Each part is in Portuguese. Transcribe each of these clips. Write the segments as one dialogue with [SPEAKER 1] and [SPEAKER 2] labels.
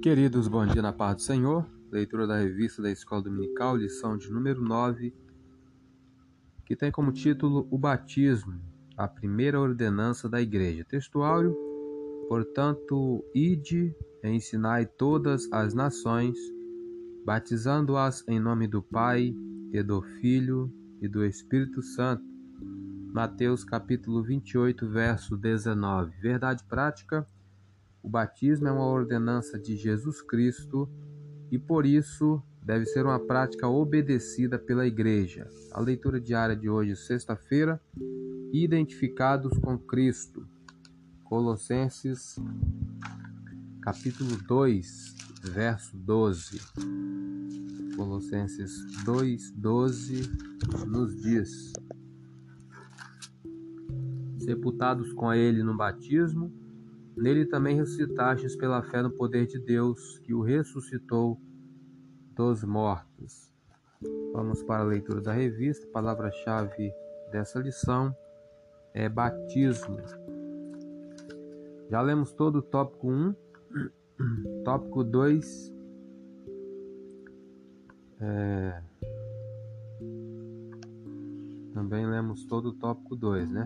[SPEAKER 1] Queridos, bom dia na paz do Senhor. Leitura da revista da Escola Dominical, lição de número 9, que tem como título O Batismo, a primeira ordenança da Igreja. Textuário: portanto, ide e ensinai todas as nações, batizando-as em nome do Pai, e do Filho, e do Espírito Santo. Mateus capítulo 28, verso 19. Verdade prática: o batismo é uma ordenança de Jesus Cristo e, por isso, deve ser uma prática obedecida pela Igreja. A leitura diária de hoje, sexta-feira: identificados com Cristo. Colossenses, capítulo 2, verso 12. Colossenses 2, 12 nos diz: sepultados com ele no batismo, nele também ressuscitastes pela fé no poder de Deus, que o ressuscitou dos mortos. Vamos para a leitura da revista. A palavra-chave dessa lição é batismo. Já lemos todo o tópico 1, tópico 2. Também lemos todo o tópico 2, né?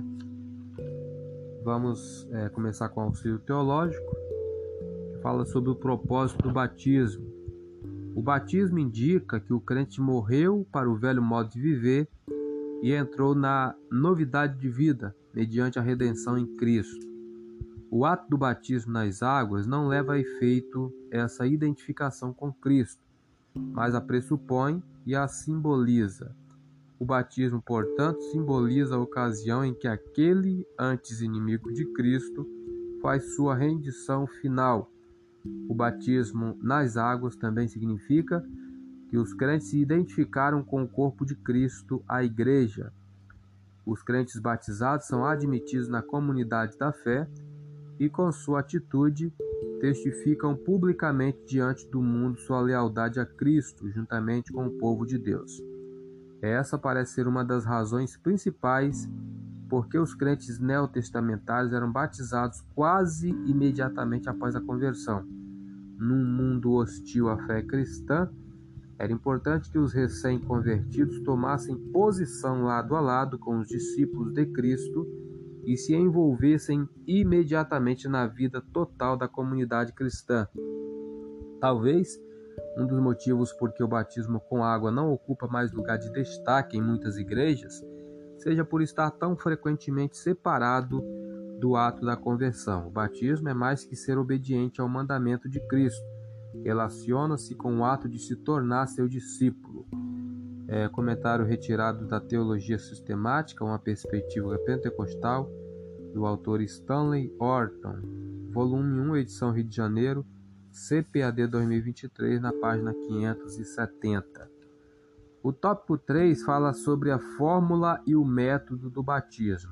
[SPEAKER 1] Vamos começar com o auxílio teológico, que fala sobre o propósito do batismo. O batismo indica que o crente morreu para o velho modo de viver e entrou na novidade de vida, mediante a redenção em Cristo. O ato do batismo nas águas não leva a efeito essa identificação com Cristo, mas a pressupõe e a simboliza. O batismo, portanto, simboliza a ocasião em que aquele antes inimigo de Cristo faz sua rendição final. O batismo nas águas também significa que os crentes se identificaram com o corpo de Cristo, a Igreja. Os crentes batizados são admitidos na comunidade da fé e, com sua atitude, testificam publicamente diante do mundo sua lealdade a Cristo, juntamente com o povo de Deus. Essa parece ser uma das razões principais porque os crentes neotestamentários eram batizados quase imediatamente após a conversão. Num mundo hostil à fé cristã, era importante que os recém-convertidos tomassem posição lado a lado com os discípulos de Cristo e se envolvessem imediatamente na vida total da comunidade cristã. Talvez um dos motivos por que o batismo com água não ocupa mais lugar de destaque em muitas igrejas seja por estar tão frequentemente separado do ato da conversão. O batismo é mais que ser obediente ao mandamento de Cristo. Relaciona-se com o ato de se tornar seu discípulo. Comentário retirado da Teologia Sistemática, uma perspectiva pentecostal, do autor Stanley Orton, volume 1, edição Rio de Janeiro, CPAD 2023, na página 570. O tópico 3 fala sobre a fórmula e o método do batismo.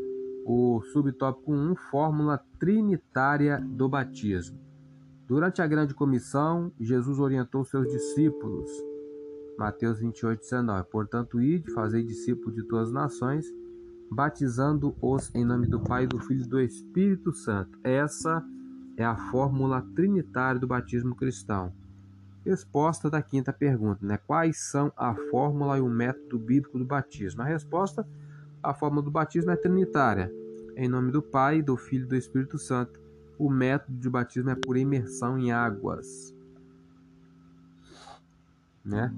[SPEAKER 1] O subtópico 1, fórmula trinitária do batismo. Durante a grande comissão, Jesus orientou seus discípulos. Mateus 28, 19. Portanto, ide, fazei discípulos de todas as nações, batizando-os em nome do Pai, do Filho e do Espírito Santo. Essa é a fórmula trinitária do batismo cristão. Resposta da quinta pergunta, né? Quais são a fórmula e o método bíblico do batismo? A resposta: a fórmula do batismo é trinitária. Em nome do Pai, do Filho e do Espírito Santo. O método de batismo é por imersão em águas, né?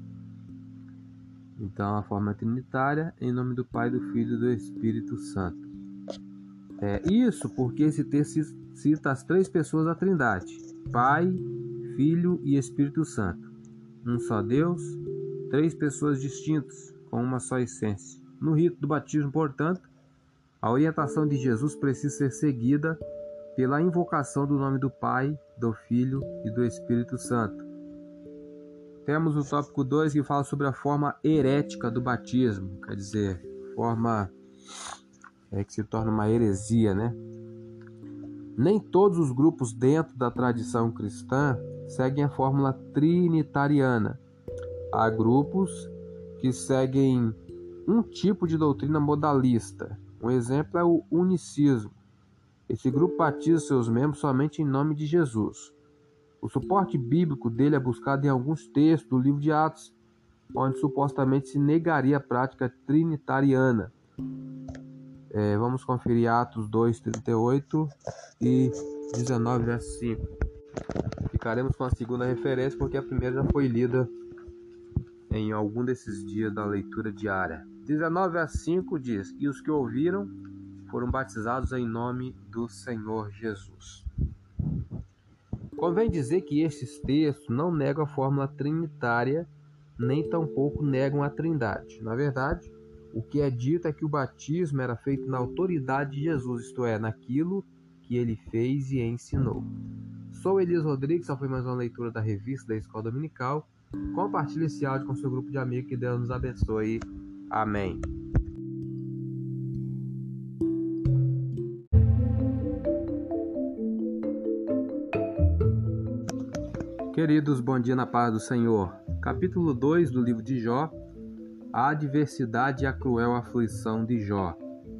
[SPEAKER 1] Então, a fórmula é trinitária, em nome do Pai, do Filho e do Espírito Santo. Isso porque esse texto cita as três pessoas da Trindade: Pai, Filho e Espírito Santo. Um só Deus, três pessoas distintas, com uma só essência. No rito do batismo, portanto, a orientação de Jesus precisa ser seguida pela invocação do nome do Pai, do Filho e do Espírito Santo. Temos o tópico 2, que fala sobre a forma herética do batismo, quer dizer, forma que se torna uma heresia, né? Nem todos os grupos dentro da tradição cristã seguem a fórmula trinitariana. Há grupos que seguem um tipo de doutrina modalista. Um exemplo é o unicismo. Esse grupo batiza seus membros somente em nome de Jesus. O suporte bíblico dele é buscado em alguns textos do livro de Atos, onde supostamente se negaria a prática trinitariana. Vamos conferir Atos 2, 38 e 19, verso 5. Ficaremos com a segunda referência porque a primeira já foi lida em algum desses dias da leitura diária. 19 a 5 diz: E os que ouviram foram batizados em nome do Senhor Jesus. Convém dizer que estes textos não negam a fórmula trinitária, nem tampouco negam a trindade. Na verdade, o que é dito é que o batismo era feito na autoridade de Jesus, isto é, naquilo que ele fez e ensinou. Sou Elias Rodrigues, essa foi mais uma leitura da revista da Escola Dominical. Compartilhe esse áudio com seu grupo de amigos, que Deus nos abençoe. Amém. Queridos, bom dia na paz do Senhor. Capítulo 2 do livro de Jó, a adversidade e a cruel aflição de Jó.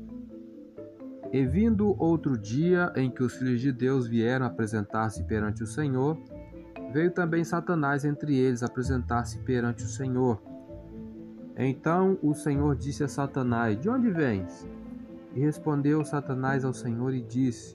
[SPEAKER 1] E vindo outro dia em que os filhos de Deus vieram apresentar-se perante o Senhor, veio também Satanás entre eles apresentar-se perante o Senhor. Então o Senhor disse a Satanás: De onde vens? E respondeu Satanás ao Senhor e disse: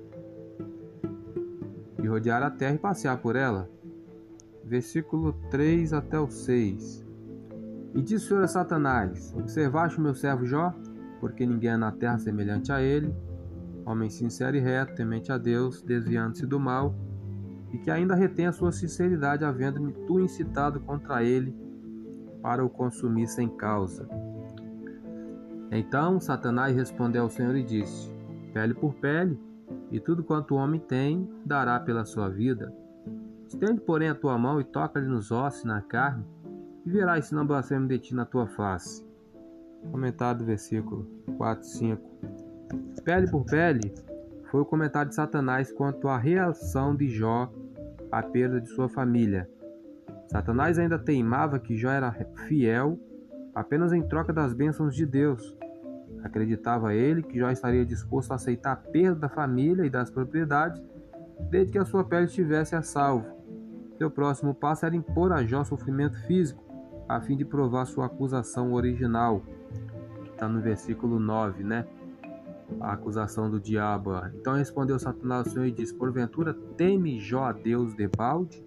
[SPEAKER 1] De rodear a terra e passear por ela. Versículo 3 até o 6. E disse o Senhor a Satanás: Observaste o meu servo Jó? Porque ninguém é na terra semelhante a ele, homem sincero e reto, temente a Deus, desviando-se do mal, e que ainda retém a sua sinceridade, havendo-me tu incitado contra ele para o consumir sem causa. Então Satanás respondeu ao Senhor e disse: Pele por pele, e tudo quanto o homem tem, dará pela sua vida. Estende, porém, a tua mão e toca-lhe nos ossos e na carne, e verás se não blasfemo de ti na tua face. Comentário do versículo 4 e 5. Pele por pele foi o comentário de Satanás quanto à reação de Jó à perda de sua família. Satanás ainda teimava que Jó era fiel apenas em troca das bênçãos de Deus. Acreditava ele que Jó estaria disposto a aceitar a perda da família e das propriedades, desde que a sua pele estivesse a salvo. Seu próximo passo era impor a Jó sofrimento físico, a fim de provar sua acusação original, que está no versículo 9, né? A acusação do diabo. Então respondeu Satanás ao Senhor e disse: Porventura teme Jó a Deus debalde?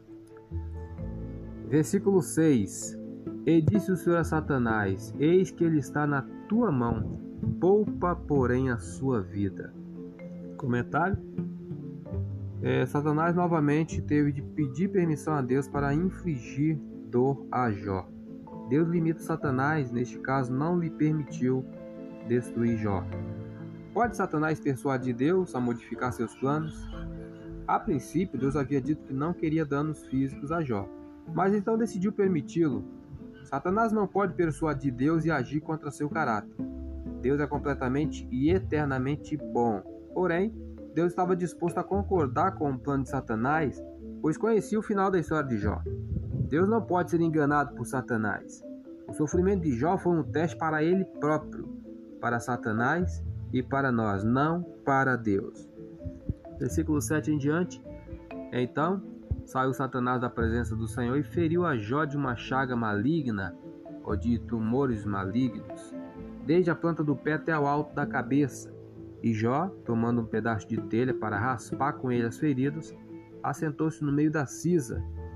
[SPEAKER 1] Versículo 6. E disse o Senhor a Satanás: Eis que ele está na tua mão, poupa, porém, a sua vida. Comentário. Satanás novamente teve de pedir permissão a Deus para infligir dor a Jó. Deus limita Satanás, neste caso não lhe permitiu destruir Jó. Pode Satanás persuadir Deus a modificar seus planos? A princípio, Deus havia dito que não queria danos físicos a Jó, mas então decidiu permiti-lo. Satanás não pode persuadir Deus e agir contra seu caráter. Deus é completamente e eternamente bom. Porém, Deus estava disposto a concordar com o plano de Satanás, pois conhecia o final da história de Jó. Deus não pode ser enganado por Satanás. O sofrimento de Jó foi um teste para ele próprio, para Satanás e para nós, não para Deus. Versículo 7 em diante. Então saiu Satanás da presença do Senhor e feriu a Jó de uma chaga maligna, ou de tumores malignos, desde a planta do pé até ao alto da cabeça. E Jó, tomando um pedaço de telha para raspar com ele as feridas, assentou-se no meio da cinza,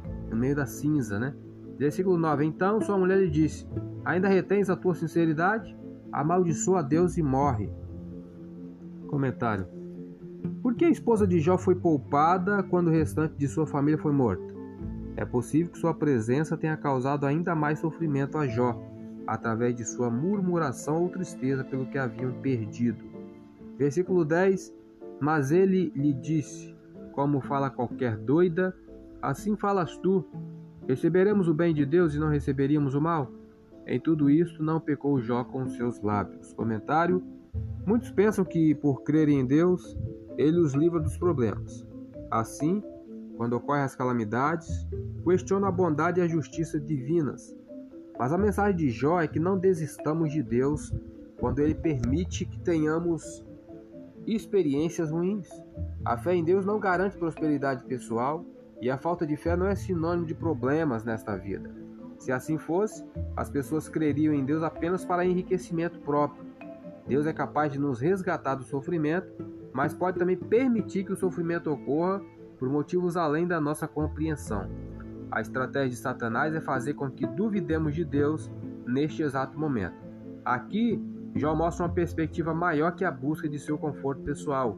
[SPEAKER 1] né? Versículo 9. Então sua mulher lhe disse: Ainda retens a tua sinceridade? Amaldiçoa a Deus e morre. Comentário. Por que a esposa de Jó foi poupada quando o restante de sua família foi morta? É possível que sua presença tenha causado ainda mais sofrimento a Jó, através de sua murmuração ou tristeza pelo que haviam perdido. Versículo 10. Mas ele lhe disse: Como fala qualquer doida, assim falas tu. Receberemos o bem de Deus e não receberíamos o mal? Em tudo isto não pecou Jó com os seus lábios. Comentário. Muitos pensam que, por crerem em Deus, ele os livra dos problemas. Assim, quando ocorrem as calamidades, questionam a bondade e a justiça divinas. Mas a mensagem de Jó é que não desistamos de Deus quando ele permite que tenhamos experiências ruins. A fé em Deus não garante prosperidade pessoal, E a falta de fé não é sinônimo de problemas nesta vida. Se assim fosse, as pessoas creriam em Deus apenas para enriquecimento próprio. Deus é capaz de nos resgatar do sofrimento, mas pode também permitir que o sofrimento ocorra por motivos além da nossa compreensão. A estratégia de Satanás é fazer com que duvidemos de Deus neste exato momento. Aqui, Jó mostra uma perspectiva maior que a busca de seu conforto pessoal.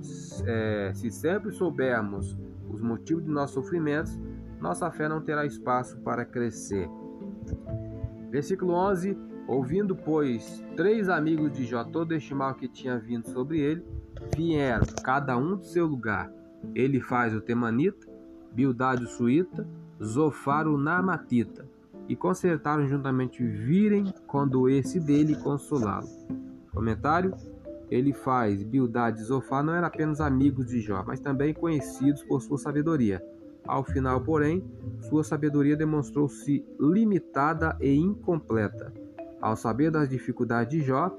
[SPEAKER 1] Se sempre soubermos os motivos de nossos sofrimentos, nossa fé não terá espaço para crescer. Versículo 11. Ouvindo, pois, 3 amigos de Jó todo este mal que tinha vindo sobre ele, vieram, cada um do seu lugar. Elifaz o Temanita, Bildade o Suíta, Zofar o Naamatita, e concertaram juntamente virem com doer-se dele e consolá-lo. Comentário: Elifaz, Bildade e Zofar não eram apenas amigos de Jó, mas também conhecidos por sua sabedoria. Ao final, porém, sua sabedoria demonstrou-se limitada e incompleta. Ao saber das dificuldades de Jó,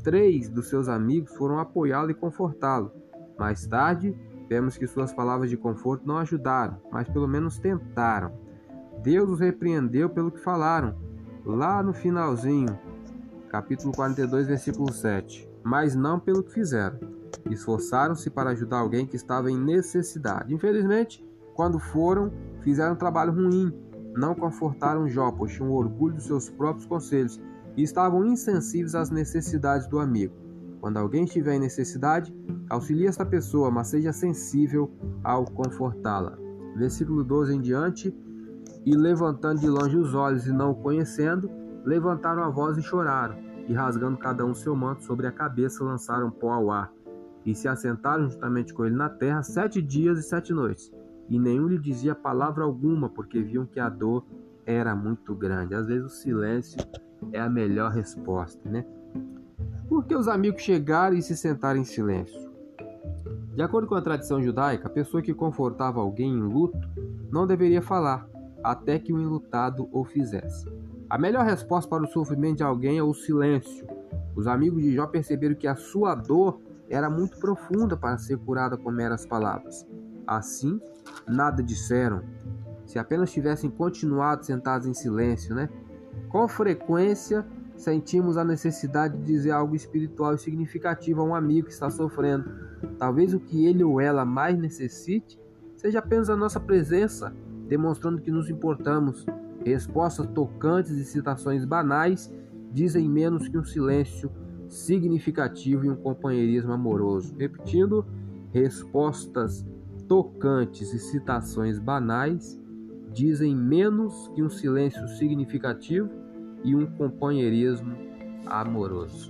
[SPEAKER 1] 3 dos seus amigos foram apoiá-lo e confortá-lo. Mais tarde, vemos que suas palavras de conforto não ajudaram, mas pelo menos tentaram. Deus os repreendeu pelo que falaram, lá no finalzinho, capítulo 42, versículo 7. Mas não pelo que fizeram. Esforçaram-se para ajudar alguém que estava em necessidade. Infelizmente, quando foram, fizeram um trabalho ruim. Não confortaram Jó, pois tinham orgulho dos seus próprios conselhos e estavam insensíveis às necessidades do amigo. Quando alguém estiver em necessidade, auxilie esta pessoa, mas seja sensível ao confortá-la. Versículo 12 em diante. E levantando de longe os olhos e não o conhecendo, levantaram a voz e choraram, e rasgando cada um seu manto sobre a cabeça, lançaram pó ao ar, e se assentaram juntamente com ele na terra 7 dias e 7 noites, e nenhum lhe dizia palavra alguma, porque viam que a dor era muito grande. Às vezes o silêncio é a melhor resposta, né? Por que os amigos chegaram e se sentaram em silêncio? De acordo com a tradição judaica, a pessoa que confortava alguém em luto não deveria falar, até que o enlutado o fizesse. A melhor resposta para o sofrimento de alguém é o silêncio. Os amigos de Jó perceberam que a sua dor era muito profunda para ser curada com meras palavras. Assim, nada disseram. Se apenas tivessem continuado sentados em silêncio, né? Com frequência, sentimos a necessidade de dizer algo espiritual e significativo a um amigo que está sofrendo. Talvez o que ele ou ela mais necessite seja apenas a nossa presença, demonstrando que nos importamos. Respostas tocantes e citações banais dizem menos que um silêncio significativo e um companheirismo amoroso. Repetindo, respostas tocantes e citações banais dizem menos que um silêncio significativo e um companheirismo amoroso.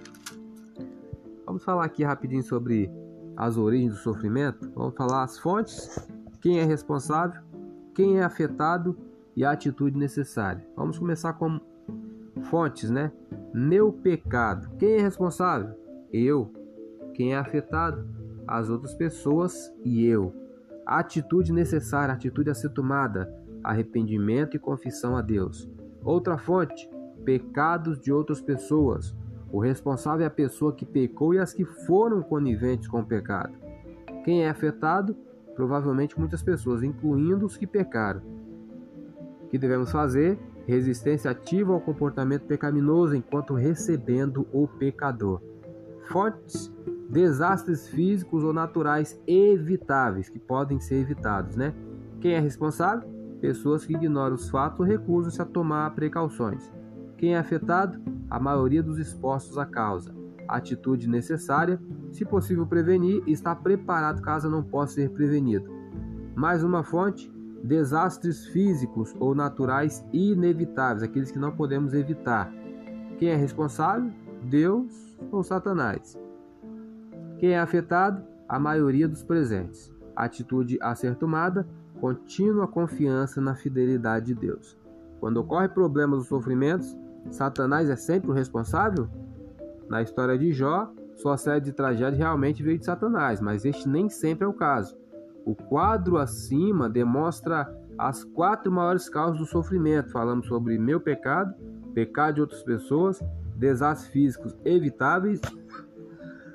[SPEAKER 1] Vamos falar aqui rapidinho sobre as origens do sofrimento. Vamos falar as fontes, quem é responsável, quem é afetado e a atitude necessária. Vamos começar com fontes, né? Meu pecado. Quem é responsável? Eu. Quem é afetado? As outras pessoas e eu. A atitude necessária, a atitude a ser tomada, arrependimento e confissão a Deus. Outra fonte, pecados de outras pessoas. O responsável é a pessoa que pecou e as que foram coniventes com o pecado. Quem é afetado? Provavelmente muitas pessoas, incluindo os que pecaram. O que devemos fazer? Resistência ativa ao comportamento pecaminoso enquanto recebendo o pecador. Fontes, desastres físicos ou naturais evitáveis, que podem ser evitados, né? Quem é responsável? Pessoas que ignoram os fatos ou recusam-se a tomar precauções. Quem é afetado? A maioria dos expostos à causa. Atitude necessária, se possível prevenir e estar preparado caso não possa ser prevenido. Mais uma fonte, desastres físicos ou naturais inevitáveis, aqueles que não podemos evitar. Quem é responsável? Deus ou Satanás? Quem é afetado? A maioria dos presentes. Atitude a ser tomada, contínua confiança na fidelidade de Deus. Quando ocorrem problemas ou sofrimentos, Satanás é sempre o responsável? Na história de Jó, sua série de tragédias realmente veio de Satanás, mas este nem sempre é o caso. O quadro acima demonstra as 4 maiores causas do sofrimento. Falamos sobre meu pecado, pecado de outras pessoas, desastres físicos evitáveis,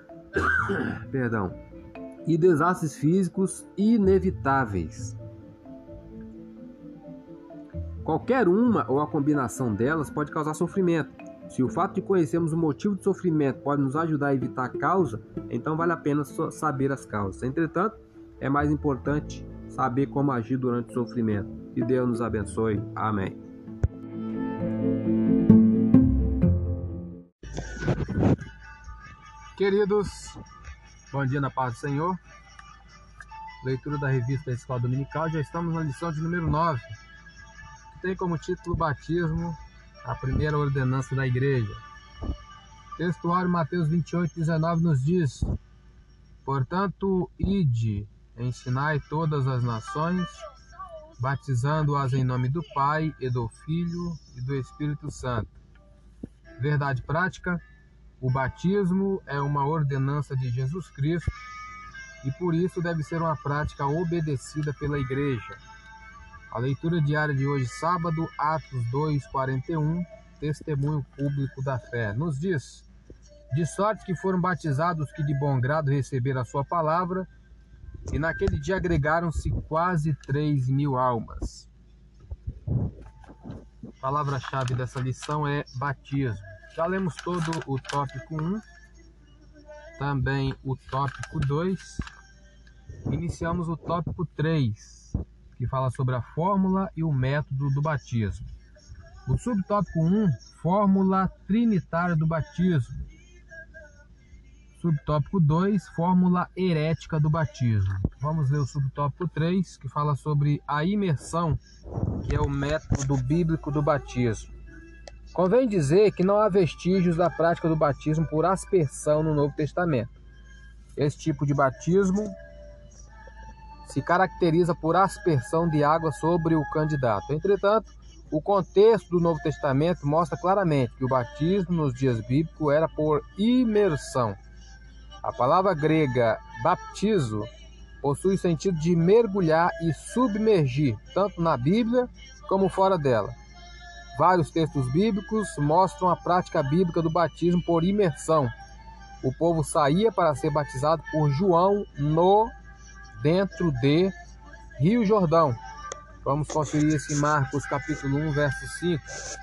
[SPEAKER 1] e desastres físicos inevitáveis. Qualquer uma ou a combinação delas pode causar sofrimento. Se o fato de conhecermos o motivo do sofrimento pode nos ajudar a evitar a causa, então vale a pena saber as causas. Entretanto, é mais importante saber como agir durante o sofrimento. Que Deus nos abençoe. Amém. Queridos, bom dia na paz do Senhor. Leitura da revista da Escola Dominical. Já estamos na lição de número 9, que tem como título Batismo, a primeira ordenança da igreja. Textuário Mateus 28:19 nos diz: portanto, ide, ensinai todas as nações, batizando-as em nome do Pai e do Filho e do Espírito Santo. Verdade prática: o batismo é uma ordenança de Jesus Cristo e por isso deve ser uma prática obedecida pela igreja. A leitura diária de hoje, sábado, Atos 2:41, testemunho público da fé, nos diz: de sorte que foram batizados que de bom grado receberam a sua palavra, e naquele dia agregaram-se quase 3.000 almas. A palavra-chave dessa lição é batismo. Já lemos todo o tópico 1, também o tópico 2. Iniciamos o tópico 3, que fala sobre a fórmula e o método do batismo. O subtópico 1, fórmula trinitária do batismo. Subtópico 2, fórmula herética do batismo. Vamos ler o subtópico 3, que fala sobre a imersão, que é o método bíblico do batismo. Convém dizer que não há vestígios da prática do batismo por aspersão no Novo Testamento. Esse tipo de batismo se caracteriza por aspersão de água sobre o candidato. Entretanto, o contexto do Novo Testamento mostra claramente que o batismo nos dias bíblicos era por imersão. A palavra grega baptizo possui o sentido de mergulhar e submergir, tanto na Bíblia como fora dela. Vários textos bíblicos mostram a prática bíblica do batismo por imersão. O povo saía para ser batizado por João dentro de Rio Jordão. Vamos conferir isso em Marcos capítulo 1, verso 5.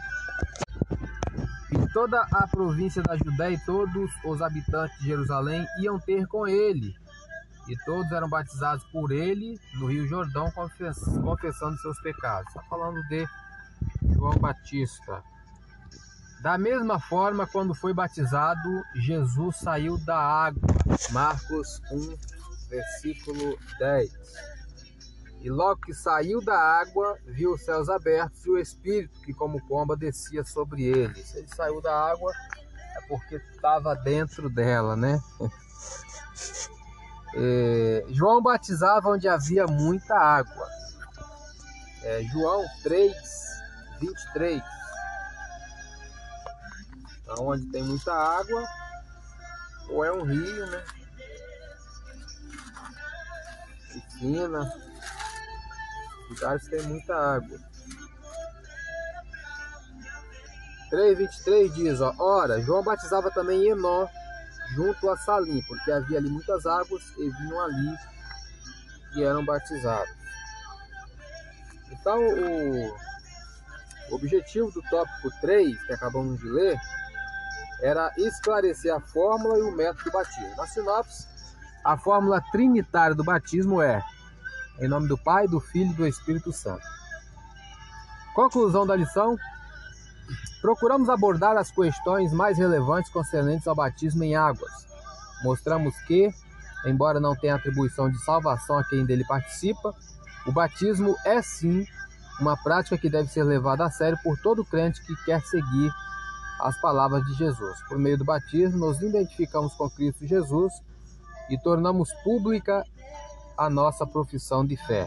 [SPEAKER 1] E toda a província da Judéia e todos os habitantes de Jerusalém iam ter com ele, e todos eram batizados por ele no Rio Jordão, confessando seus pecados. Está falando de João Batista. Da mesma forma, quando foi batizado, Jesus saiu da água. Marcos 1, versículo 10. E logo que saiu da água, viu os céus abertos e o Espírito que como pomba descia sobre ele. Se ele saiu da água, é porque estava dentro dela, né? João batizava onde havia muita água. João 3:23. Então, onde tem muita água, ou é um rio, né? Piscina, lugares que tem muita água. 3:23 diz, ora, João batizava também em Enó, junto a Salim, porque havia ali muitas águas e vinham ali e eram batizados. Então, o objetivo do tópico 3, que acabamos de ler, era esclarecer a fórmula e o método do batismo. Na sinopse, a fórmula trinitária do batismo é em nome do Pai, do Filho e do Espírito Santo. Conclusão da lição: procuramos abordar as questões mais relevantes concernentes ao batismo em águas. Mostramos que, embora não tenha atribuição de salvação a quem dele participa, o batismo é sim uma prática que deve ser levada a sério por todo crente que quer seguir as palavras de Jesus. Por meio do batismo, nos identificamos com Cristo Jesus e tornamos pública a nossa profissão de fé.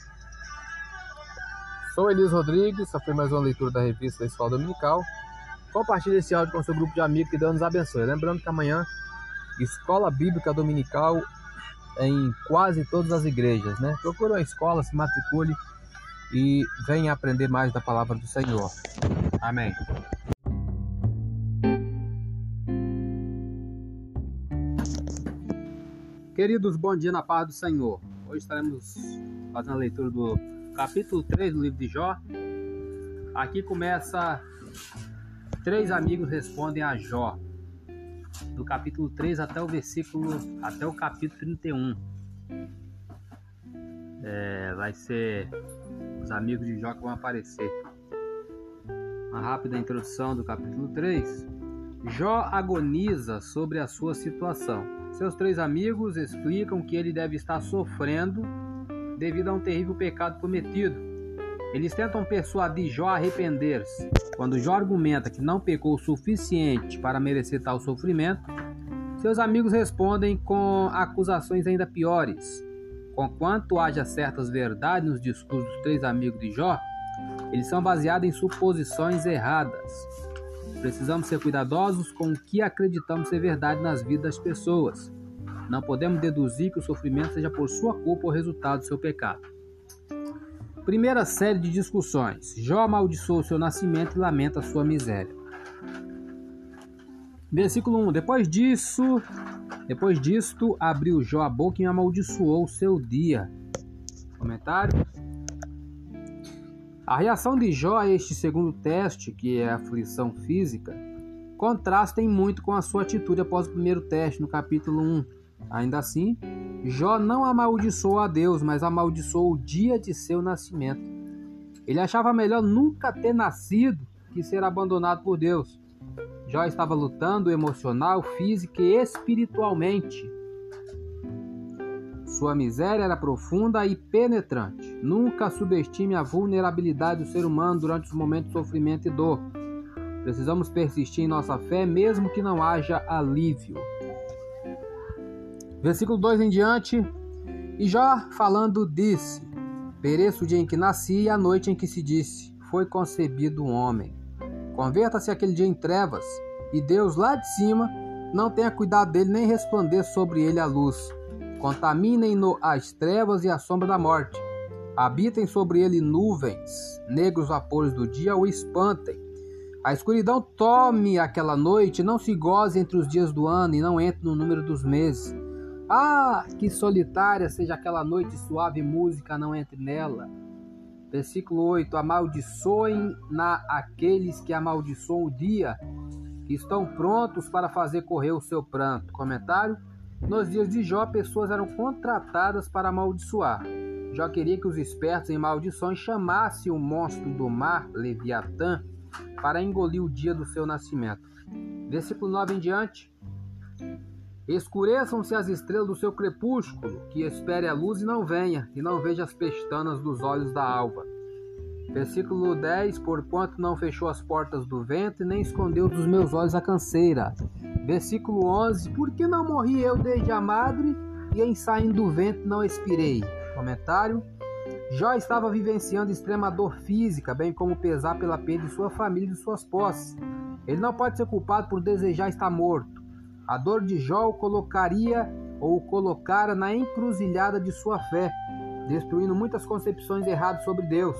[SPEAKER 1] Sou Elias Rodrigues, essa foi mais uma leitura da revista da Escola Dominical. Compartilhe esse áudio com seu grupo de amigos, que Deus nos abençoe. Lembrando que amanhã, Escola Bíblica Dominical em quase todas as igrejas, né? Procure uma escola, se matricule e venha aprender mais da palavra do Senhor. Amém. Queridos, bom dia na paz do Senhor. Hoje estaremos fazendo a leitura do capítulo 3 do livro de Jó. Aqui começa 3 amigos respondem a Jó, do capítulo 3 até o capítulo 31. Vai ser os amigos de Jó que vão aparecer. Uma rápida introdução do capítulo 3. Jó agoniza sobre a sua situação. Seus 3 amigos explicam que ele deve estar sofrendo devido a um terrível pecado cometido. Eles tentam persuadir Jó a arrepender-se. Quando Jó argumenta que não pecou o suficiente para merecer tal sofrimento, seus amigos respondem com acusações ainda piores. Conquanto haja certas verdades nos discursos dos 3 amigos de Jó, eles são baseados em suposições erradas. Precisamos ser cuidadosos com o que acreditamos ser verdade nas vidas das pessoas. Não podemos deduzir que o sofrimento seja por sua culpa ou resultado do seu pecado. Primeira série de discussões. Jó amaldiçoa o seu nascimento e lamenta a sua miséria. Versículo 1. Depois disto, abriu Jó a boca e amaldiçoou o seu dia. Comentário. A reação de Jó a este segundo teste, que é a aflição física, contrasta em muito com a sua atitude após o primeiro teste, no capítulo 1. Ainda assim, Jó não amaldiçoou a Deus, mas amaldiçoou o dia de seu nascimento. Ele achava melhor nunca ter nascido que ser abandonado por Deus. Jó estava lutando emocional, física e espiritualmente. Sua miséria era profunda e penetrante. Nunca subestime a vulnerabilidade do ser humano durante os momentos de sofrimento e dor. Precisamos persistir em nossa fé, mesmo que não haja alívio. Versículo 2 em diante. E Jó, falando, disse: Pereço o dia em que nasci e a noite em que se disse: Foi concebido um homem. Converta-se aquele dia em trevas, e Deus lá de cima não tenha cuidado dele nem resplandeça sobre ele a luz. Contaminem-no as trevas e a sombra da morte. Habitem sobre ele nuvens, negros vapores do dia o espantem. A escuridão tome aquela noite, não se goze entre os dias do ano e não entre no número dos meses. Ah, que solitária seja aquela noite, suave música não entre nela. Versículo 8. Amaldiçoem-na aqueles que amaldiçoam o dia, que estão prontos para fazer correr o seu pranto. Comentário. Nos dias de Jó, pessoas eram contratadas para amaldiçoar. Jó queria que os espertos em maldições chamassem o monstro do mar, Leviatã, para engolir o dia do seu nascimento. Versículo 9 em diante. Escureçam-se as estrelas do seu crepúsculo, que espere a luz e não venha, e não veja as pestanas dos olhos da alva. Versículo 10. Porquanto não fechou as portas do ventre, nem escondeu dos meus olhos a canseira. Versículo 11. Por que não morri eu desde a madre, e em saindo do ventre não expirei? Comentário. Jó estava vivenciando extrema dor física, bem como pesar pela perda de sua família e de suas posses. Ele não pode ser culpado por desejar estar morto. A dor de Jó o colocara na encruzilhada de sua fé, destruindo muitas concepções erradas sobre Deus.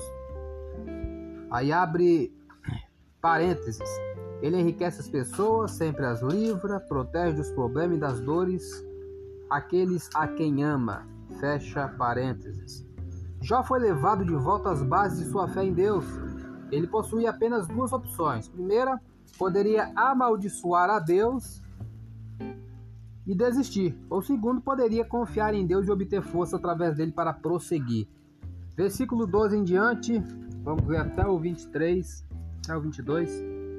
[SPEAKER 1] Aí abre parênteses. Ele enriquece as pessoas, sempre as livra, protege dos problemas e das dores aqueles a quem ama. Fecha parênteses. Jó foi levado de volta às bases de sua fé em Deus. Ele possuía apenas 2 opções. Primeira, poderia amaldiçoar a Deus e desistir. Ou segundo, poderia confiar em Deus e obter força através dele para prosseguir. Versículo 12 em diante, vamos ver até o 23, até o 22.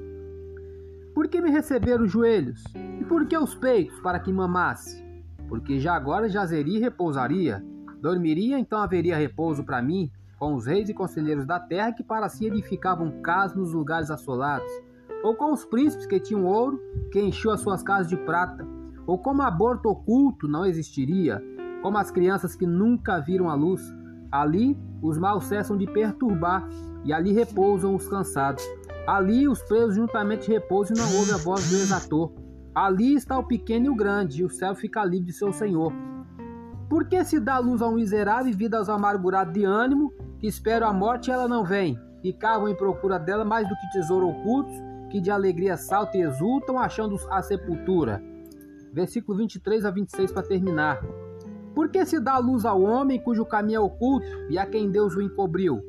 [SPEAKER 1] Por que me receberam os joelhos? E por que os peitos, para que mamasse? Porque já agora jazeria e repousaria. Dormiria, então haveria repouso para mim, com os reis e conselheiros da terra, que para si edificavam casas nos lugares assolados. Ou com os príncipes que tinham ouro, que enchiam as suas casas de prata. Ou como aborto oculto não existiria, como as crianças que nunca viram a luz. Ali os maus cessam de perturbar, e ali repousam os cansados. Ali os presos juntamente repousam e não ouve a voz do exator. Ali está o pequeno e o grande, e o céu fica livre de seu Senhor. Por que se dá luz a um miserável e vida aos amargurados de ânimo, que esperam a morte e ela não vem, e cavam em procura dela mais do que tesouro ocultos, que de alegria saltam e exultam, achando a sepultura? Versículo 23 a 26 para terminar. Por que se dá luz ao homem cujo caminho é oculto, e a quem Deus o encobriu?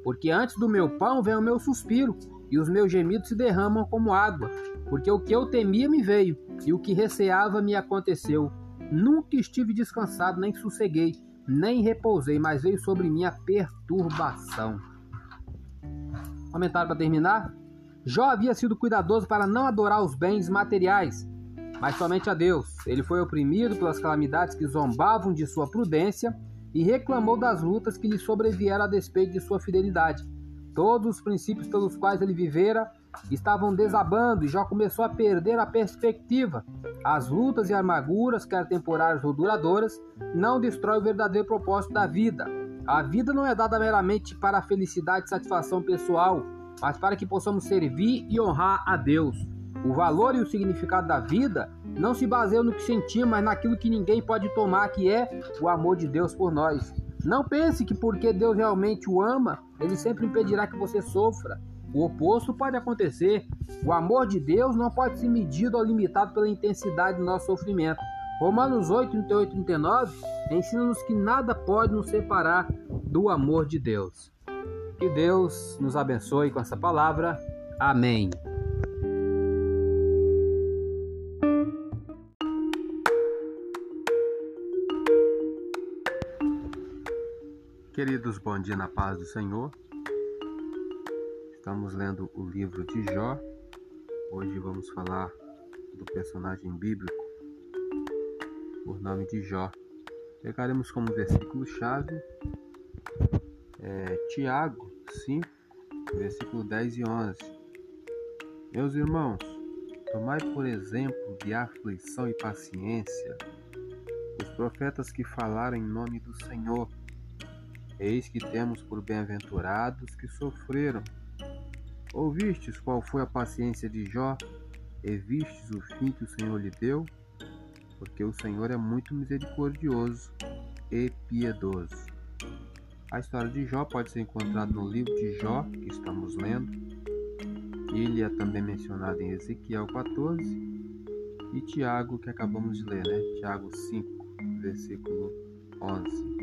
[SPEAKER 2] Porque antes do meu pão vem o meu suspiro, e os meus gemidos se derramam como água. Porque o que eu temia me veio, e o que receava me aconteceu. Nunca estive descansado, nem sosseguei, nem repousei, mas veio sobre mim a perturbação. Comentário para terminar. Jó havia sido cuidadoso para não adorar os bens materiais, mas somente a Deus. Ele foi oprimido pelas calamidades que zombavam de sua prudência e reclamou das lutas que lhe sobrevieram a despeito de sua fidelidade. Todos os princípios pelos quais ele vivera estavam desabando e Jó começou a perder a perspectiva. As lutas e amarguras, quer temporárias ou duradouras, não destroem o verdadeiro propósito da vida. A vida não é dada meramente para a felicidade e satisfação pessoal, mas para que possamos servir e honrar a Deus. O valor e o significado da vida não se baseiam no que sentimos, mas naquilo que ninguém pode tomar, que é o amor de Deus por nós. Não pense que porque Deus realmente o ama, Ele sempre impedirá que você sofra. O oposto pode acontecer. O amor de Deus não pode ser medido ou limitado pela intensidade do nosso sofrimento. Romanos 8, 38 e 39 ensina-nos que nada pode nos separar do amor de Deus. Que Deus nos abençoe com essa palavra. Amém.
[SPEAKER 1] Queridos, bom dia na paz do Senhor. Estamos lendo o livro de Jó. Hoje vamos falar do personagem bíblico por nome de Jó. Pegaremos como versículo-chave Tiago 5, versículo 10 e 11. Meus irmãos, tomai por exemplo de aflição e paciência os profetas que falaram em nome do Senhor. Eis que temos por bem-aventurados que sofreram. Ouvistes qual foi a paciência de Jó, e vistes o fim que o Senhor lhe deu? Porque o Senhor é muito misericordioso e piedoso. A história de Jó pode ser encontrada no livro de Jó, que estamos lendo. Ele é também mencionado em Ezequiel 14 e Tiago, que acabamos de ler, Tiago 5, versículo 11.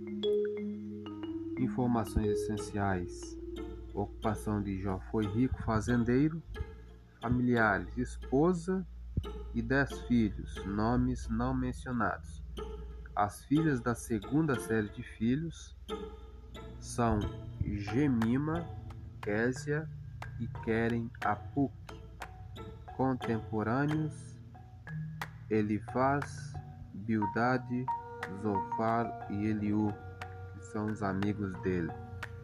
[SPEAKER 1] Informações essenciais. A ocupação de Jó foi rico fazendeiro, familiares, esposa e 10 filhos, nomes não mencionados. As filhas da segunda série de filhos são Gemima, Késia e Queren Apuk. Contemporâneos: Elifaz, Bildade, Zofar e Eliú, que são os amigos dele.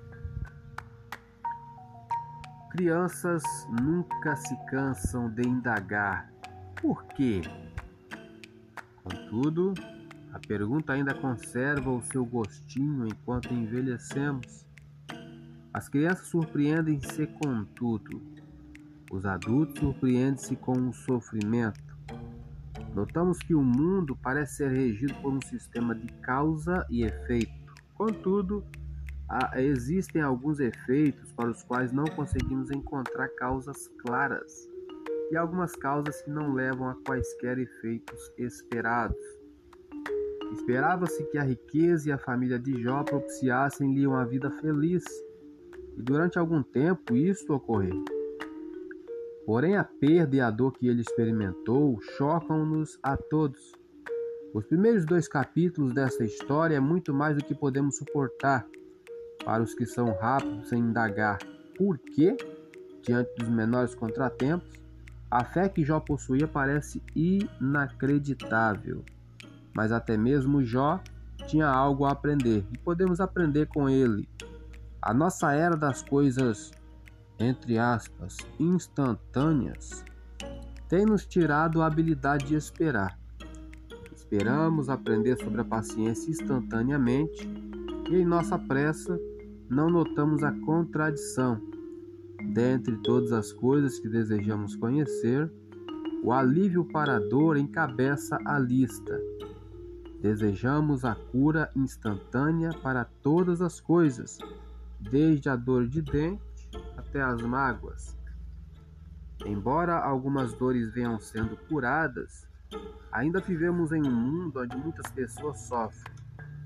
[SPEAKER 1] Crianças nunca se cansam de indagar por quê. Contudo, a pergunta ainda conserva o seu gostinho enquanto envelhecemos. As crianças surpreendem-se com tudo. Os adultos surpreendem-se com o sofrimento. Notamos que o mundo parece ser regido por um sistema de causa e efeito. Contudo, existem alguns efeitos para os quais não conseguimos encontrar causas claras e algumas causas que não levam a quaisquer efeitos esperados. Esperava-se que a riqueza e a família de Jó propiciassem-lhe uma vida feliz, e durante algum tempo isto ocorreu. Porém, a perda e a dor que ele experimentou chocam-nos a todos. Os primeiros 2 capítulos desta história é muito mais do que podemos suportar para os que são rápidos em indagar por quê, diante dos menores contratempos. A fé que Jó possuía parece inacreditável, mas até mesmo Jó tinha algo a aprender, e podemos aprender com ele. A nossa era das coisas, entre aspas, instantâneas, tem nos tirado a habilidade de esperar. Esperamos aprender sobre a paciência instantaneamente, e em nossa pressa não notamos a contradição. Dentre todas as coisas que desejamos conhecer, o alívio para a dor encabeça a lista. Desejamos a cura instantânea para todas as coisas, desde a dor de dente até as mágoas. Embora algumas dores venham sendo curadas, ainda vivemos em um mundo onde muitas pessoas sofrem.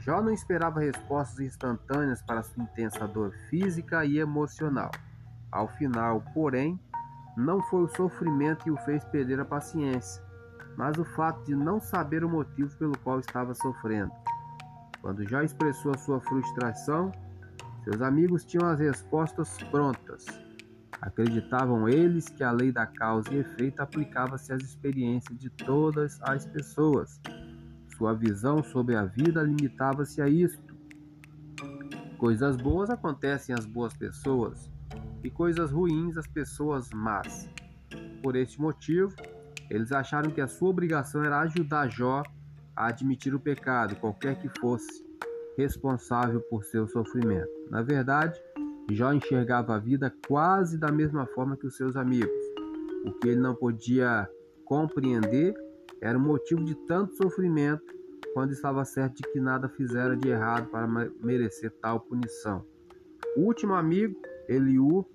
[SPEAKER 1] Jó não esperava respostas instantâneas para sua intensa dor física e emocional. Ao final, porém, não foi o sofrimento que o fez perder a paciência, mas o fato de não saber o motivo pelo qual estava sofrendo. Quando Jó expressou a sua frustração, seus amigos tinham as respostas prontas. Acreditavam eles que a lei da causa e efeito aplicava-se às experiências de todas as pessoas. Sua visão sobre a vida limitava-se a isto. Coisas boas acontecem às boas pessoas e coisas ruins às pessoas más. Por este motivo, eles acharam que a sua obrigação era ajudar Jó a admitir o pecado, qualquer que fosse responsável por seu sofrimento. Na verdade, Jó enxergava a vida quase da mesma forma que os seus amigos. O que ele não podia compreender era o motivo de tanto sofrimento, quando estava certo de que nada fizera de errado para merecer tal punição. O último amigo, Eliú,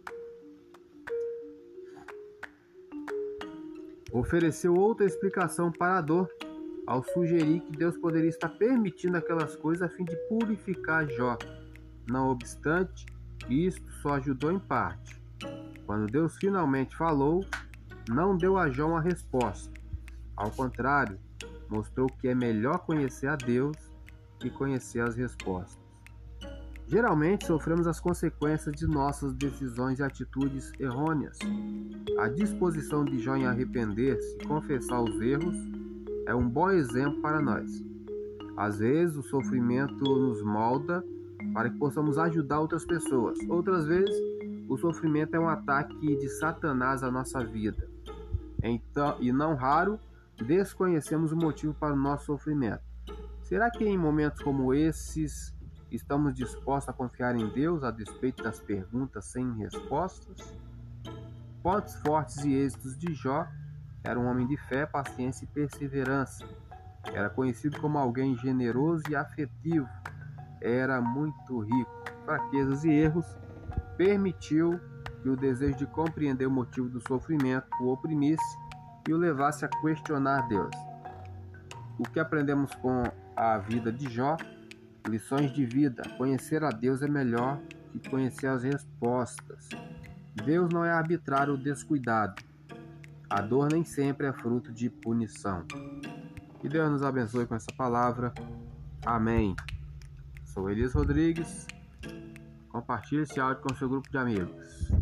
[SPEAKER 1] ofereceu outra explicação para a dor, ao sugerir que Deus poderia estar permitindo aquelas coisas a fim de purificar Jó. Não obstante, isto só ajudou em parte. Quando Deus finalmente falou, não deu a Jó uma resposta. Ao contrário, mostrou que é melhor conhecer a Deus que conhecer as respostas. Geralmente sofremos as consequências de nossas decisões e atitudes errôneas. A disposição de Jó em arrepender-se e confessar os erros é um bom exemplo para nós. Às vezes o sofrimento nos molda para que possamos ajudar outras pessoas. Outras vezes o sofrimento é um ataque de Satanás à nossa vida. Então, e não raro, desconhecemos o motivo para o nosso sofrimento. Será que em momentos como esses estamos dispostos a confiar em Deus a despeito das perguntas sem respostas? Pontos fortes e êxitos de Jó: era um homem de fé, paciência e perseverança. Era conhecido como alguém generoso e afetivo. Era muito rico. Fraquezas e erros permitiu que o desejo de compreender o motivo do sofrimento o oprimisse e o levasse a questionar Deus. O que aprendemos com a vida de Jó? Lições de vida. Conhecer a Deus é melhor que conhecer as respostas. Deus não é arbitrário ou descuidado. A dor nem sempre é fruto de punição. Que Deus nos abençoe com essa palavra. Amém. Sou Elias Rodrigues. Compartilhe esse áudio com seu grupo de amigos.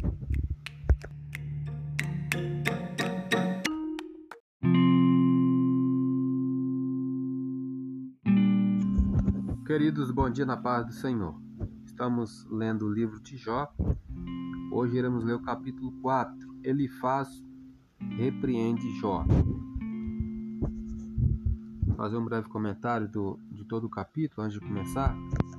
[SPEAKER 1] Queridos, bom dia na paz do Senhor. Estamos lendo o livro de Jó. Hoje iremos ler o capítulo 4. Elifaz repreende Jó. Vou fazer um breve comentário de todo o capítulo antes de começar.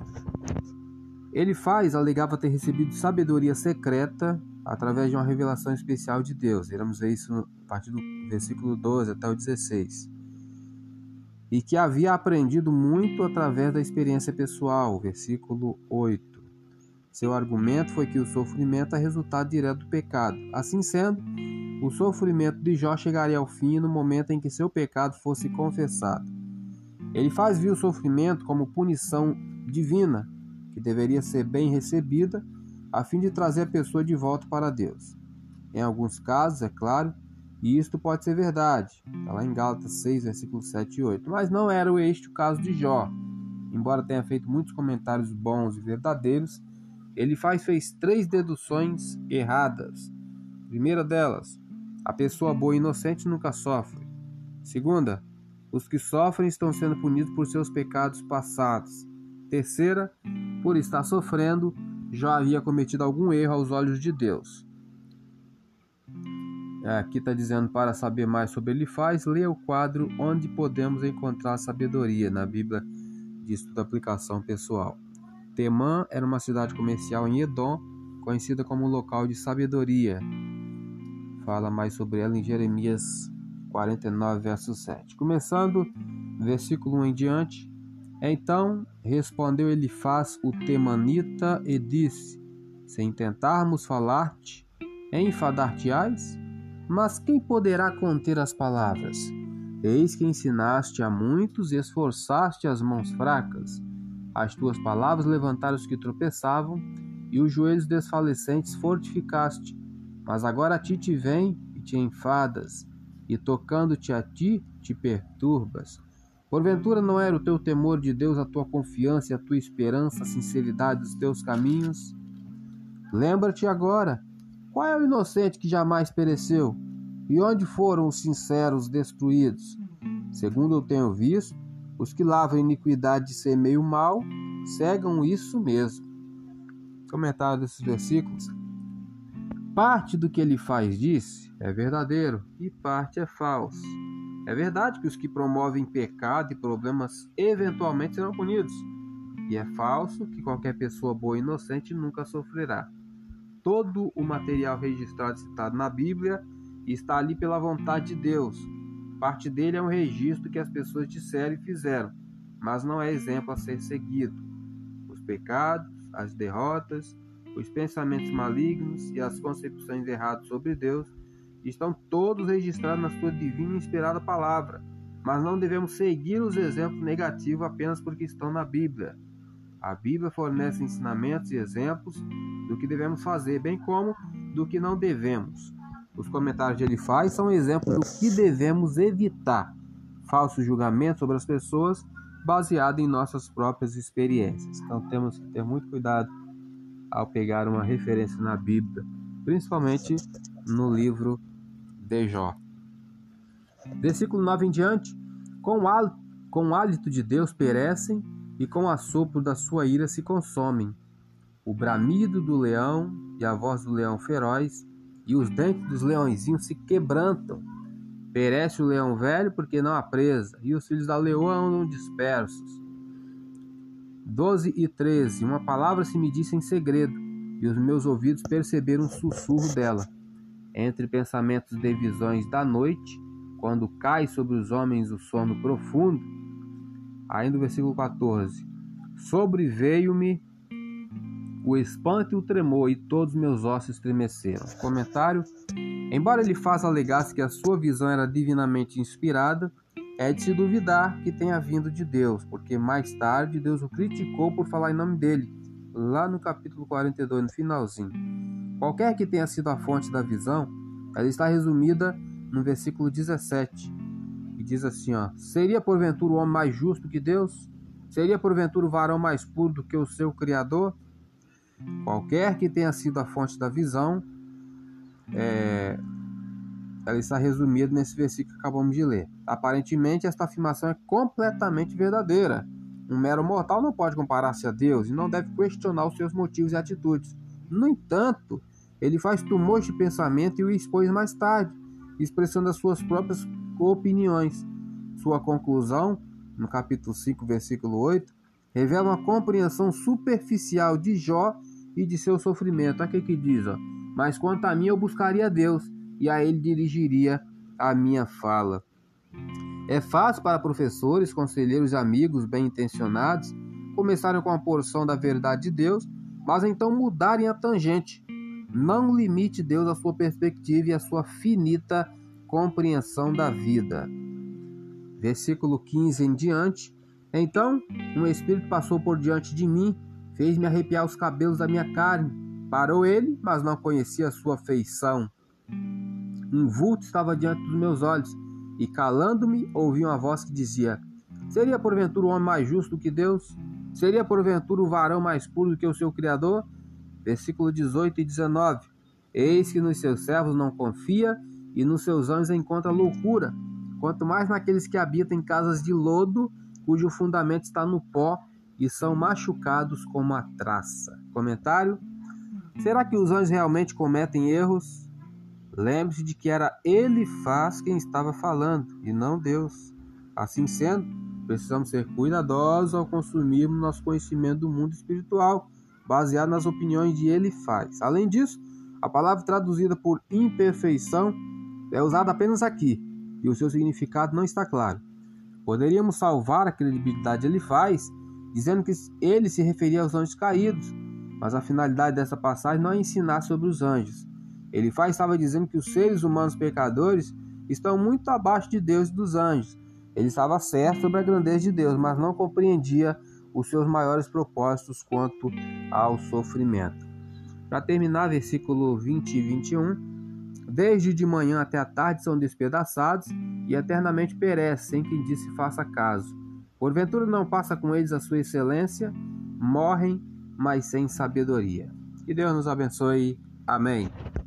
[SPEAKER 1] Elifaz alegava ter recebido sabedoria secreta através de uma revelação especial de Deus. Iremos ver isso a partir do versículo 12 até o 16. E que havia aprendido muito através da experiência pessoal, versículo 8. Seu argumento foi que o sofrimento é resultado direto do pecado. Assim sendo, o sofrimento de Jó chegaria ao fim no momento em que seu pecado fosse confessado. Elifaz viu o sofrimento como punição divina, que deveria ser bem recebida, a fim de trazer a pessoa de volta para Deus. Em alguns casos, é claro, e isto pode ser verdade. Está lá em Gálatas 6, versículos 7 e 8. Mas não era este o caso de Jó. Embora tenha feito muitos comentários bons e verdadeiros, Elifaz fez 3 deduções erradas. Primeira delas: a pessoa boa e inocente nunca sofre. Segunda: os que sofrem estão sendo punidos por seus pecados passados. Terceira: por estar sofrendo, Jó havia cometido algum erro aos olhos de Deus. Aqui está dizendo: para saber mais sobre Elifaz, leia o quadro Onde Podemos Encontrar Sabedoria, na Bíblia de Estudo Aplicação Pessoal. Temã era uma cidade comercial em Edom, conhecida como local de sabedoria. Fala mais sobre ela em Jeremias 49, verso 7. Começando, versículo 1 em diante. Então respondeu Elifaz o temanita e disse: se intentarmos falar-te, enfadar-te-ás? Mas quem poderá conter as palavras? Eis que ensinaste a muitos e esforçaste as mãos fracas. As tuas palavras levantaram os que tropeçavam, e os joelhos desfalecentes fortificaste. Mas agora a ti te vem e te enfadas, e tocando-te a ti, te perturbas. Porventura não era o teu temor de Deus a tua confiança e a tua esperança, a sinceridade dos teus caminhos? Lembra-te agora, qual é o inocente que jamais pereceu? E onde foram os sinceros destruídos? Segundo eu tenho visto, os que lavam a iniquidade e semeiam o mal, cegam isso mesmo. Comentário desses versículos. Parte do que ele faz disse é verdadeiro e parte é falso. É verdade que os que promovem pecado e problemas eventualmente serão punidos. E é falso que qualquer pessoa boa e inocente nunca sofrerá. Todo o material registrado e citado na Bíblia está ali pela vontade de Deus. Parte dele é um registro que as pessoas disseram e fizeram, mas não é exemplo a ser seguido. Os pecados, as derrotas, os pensamentos malignos e as concepções erradas sobre Deus estão todos registrados na sua divina e inspirada palavra, mas não devemos seguir os exemplos negativos apenas porque estão na Bíblia. A Bíblia fornece ensinamentos e exemplos do que devemos fazer, bem como do que não devemos. Os comentários que ele faz são exemplos do que devemos evitar. Falso julgamento sobre as pessoas baseado em nossas próprias experiências. Então temos que ter muito cuidado ao pegar uma referência na Bíblia, principalmente no livro de Jó. Versículo 9 em diante. Com o hálito de Deus perecem e com o assopro da sua ira se consomem. O bramido do leão e a voz do leão feroz e os dentes dos leõezinhos se quebrantam. Perece o leão velho porque não há presa, e os filhos da leoa andam dispersos. 12 e 13. Uma palavra se me disse em segredo, e os meus ouvidos perceberam um sussurro dela. Entre pensamentos de visões da noite, quando cai sobre os homens o sono profundo. Ainda o versículo 14. Sobreveio-me o espanto e o tremor, e todos meus ossos estremeceram. Comentário. Embora ele faça alegar que a sua visão era divinamente inspirada, é de se duvidar que tenha vindo de Deus, porque mais tarde Deus o criticou por falar em nome dele, lá no capítulo 42, no finalzinho. Qualquer que tenha sido a fonte da visão, ela está resumida no versículo 17, que diz assim, seria porventura o homem mais justo que Deus? Seria porventura o varão mais puro do que o seu Criador? Qualquer que tenha sido a fonte da visão, ela está resumida nesse versículo que acabamos de ler. Aparentemente, esta afirmação é completamente verdadeira. Um mero mortal não pode comparar-se a Deus e não deve questionar os seus motivos e atitudes. No entanto, ele faz tumores de pensamento e o expôs mais tarde, expressando as suas próprias opiniões. Sua conclusão, no capítulo 5, versículo 8, revela uma compreensão superficial de Jó e de seu sofrimento. Aqui que diz, mas quanto a mim eu buscaria a Deus, e a ele dirigiria a minha fala. É fácil para professores, conselheiros e amigos bem-intencionados começarem com a porção da verdade de Deus, mas então mudarem a tangente. Não limite Deus à sua perspectiva e à sua finita compreensão da vida. Versículo 15 em diante. Então, um espírito passou por diante de mim, fez-me arrepiar os cabelos da minha carne. Parou ele, mas não conhecia a sua feição. Um vulto estava diante dos meus olhos, e calando-me, ouvi uma voz que dizia, seria porventura o homem mais justo do que Deus? Seria porventura o varão mais puro do que o seu Criador? Versículo 18 e 19. Eis que nos seus servos não confia, e nos seus anjos encontra loucura, quanto mais naqueles que habitam em casas de lodo, cujo fundamento está no pó, e são machucados como a traça. Comentário. Será que os anjos realmente cometem erros? Lembre-se de que era Elifaz quem estava falando, e não Deus. Assim sendo, precisamos ser cuidadosos ao consumirmos nosso conhecimento do mundo espiritual, baseado nas opiniões de Elifaz. Além disso, a palavra traduzida por imperfeição é usada apenas aqui, e o seu significado não está claro. Poderíamos salvar a credibilidade de Elifaz, dizendo que ele se referia aos anjos caídos, mas a finalidade dessa passagem não é ensinar sobre os anjos. Elifaz estava dizendo que os seres humanos pecadores estão muito abaixo de Deus e dos anjos. Ele estava certo sobre a grandeza de Deus, mas não compreendia
[SPEAKER 2] os seus maiores propósitos quanto ao sofrimento. Para terminar, versículo 20 e 21, desde de manhã até a tarde são despedaçados e eternamente perecem, sem quem disse faça caso. Porventura não passa com eles a sua excelência, morrem, mas sem sabedoria. Que Deus nos abençoe. Amém.